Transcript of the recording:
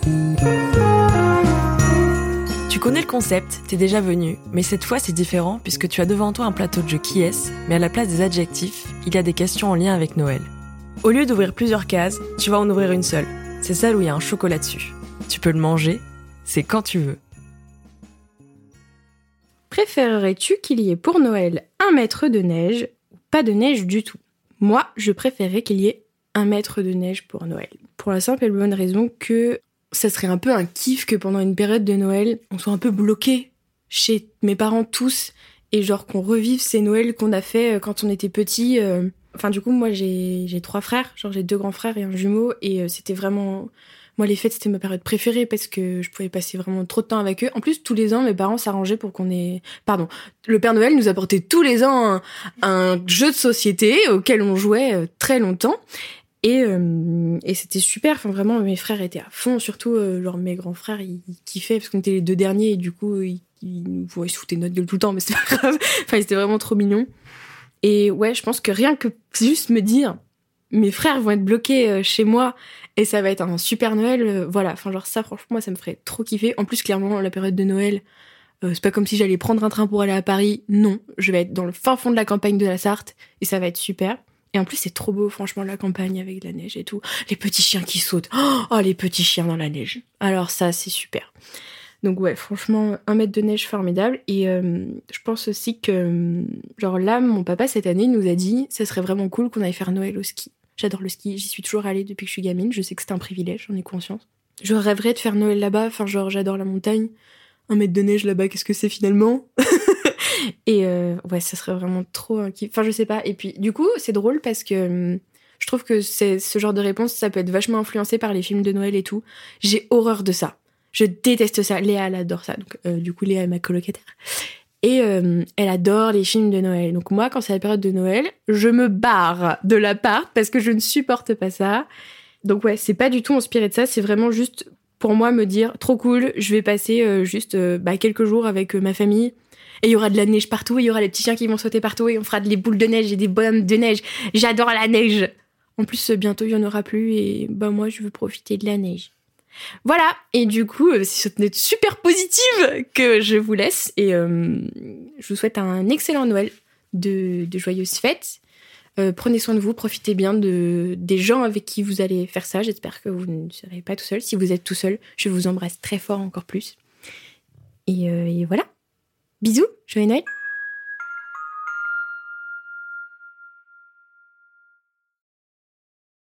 Tu connais le concept, t'es déjà venu, mais cette fois c'est différent puisque tu as devant toi un plateau de jeu qui est, mais à la place des adjectifs, il y a des questions en lien avec Noël. Au lieu d'ouvrir plusieurs cases, tu vas en ouvrir une seule. C'est celle où il y a un chocolat dessus. Tu peux le manger, c'est quand tu veux. Préférerais-tu qu'il y ait pour Noël 1 mètre de neige ou pas de neige du tout ? Moi, je préférerais qu'il y ait 1 mètre de neige pour Noël. Pour la simple et bonne raison que ça serait un peu un kiff que pendant une période de Noël, on soit un peu bloqué chez mes parents tous et genre qu'on revive ces Noëls qu'on a fait quand on était petits. Enfin, du coup, moi, j'ai 3 frères. Genre, j'ai 2 grands frères et un jumeau. Et c'était vraiment... Moi, les fêtes, c'était ma période préférée parce que je pouvais passer vraiment trop de temps avec eux. En plus, tous les ans, mes parents s'arrangeaient pour qu'on ait... Pardon. Le Père Noël nous apportait tous les ans un jeu de société auquel on jouait très longtemps. Et c'était super. Enfin, vraiment, mes frères étaient à fond. Surtout, genre, mes grands frères, ils kiffaient parce qu'on était les 2 derniers. Et du coup, ils se foutaient de notre gueule tout le temps. Mais c'était pas grave. Enfin, c'était vraiment trop mignon. Et ouais, je pense que rien que juste me dire, mes frères vont être bloqués chez moi et ça va être un super Noël, voilà. Enfin, genre ça, franchement, moi, ça me ferait trop kiffer. En plus, clairement, la période de Noël, c'est pas comme si j'allais prendre un train pour aller à Paris. Non, je vais être dans le fin fond de la campagne de la Sarthe et ça va être super. Et en plus, c'est trop beau, franchement, la campagne avec de la neige et tout. Les petits chiens qui sautent. Oh, les petits chiens dans la neige. Alors ça, c'est super. Donc ouais, franchement, 1 mètre de neige formidable. Et je pense aussi que, genre là, mon papa, cette année, nous a dit, ça serait vraiment cool qu'on aille faire Noël au ski. J'adore le ski, j'y suis toujours allée depuis que je suis gamine. Je sais que c'est un privilège, j'en ai conscience. Je rêverais de faire Noël là-bas, enfin genre j'adore la montagne. 1 mètre de neige là-bas, qu'est-ce que c'est finalement ? Et ouais, ça serait vraiment trop un kiff. Enfin, je sais pas. Et puis, du coup, c'est drôle parce que je trouve que ce genre de réponse, ça peut être vachement influencé par les films de Noël et tout. J'ai horreur de ça. Je déteste ça. Léa, elle adore ça. Donc, du coup, Léa est ma colocataire. Et elle adore les films de Noël. Donc moi, quand c'est la période de Noël, je me barre de l'appart parce que je ne supporte pas ça. Donc ouais, c'est pas du tout inspiré de ça. C'est vraiment juste pour moi me dire, trop cool, je vais passer juste quelques jours avec ma famille. Et il y aura de la neige partout, et il y aura les petits chiens qui vont sauter partout, et on fera des boules de neige et des bonhommes de neige. J'adore la neige. En plus, bientôt, il y en aura plus, et moi, je veux profiter de la neige. Voilà, et du coup, c'est sur cette note super positive que je vous laisse, et je vous souhaite un excellent Noël, de joyeuses fêtes. Prenez soin de vous, profitez bien des gens avec qui vous allez faire ça. J'espère que vous ne serez pas tout seul. Si vous êtes tout seul, je vous embrasse très fort encore plus. Et voilà. Bisous, joyeux Noël!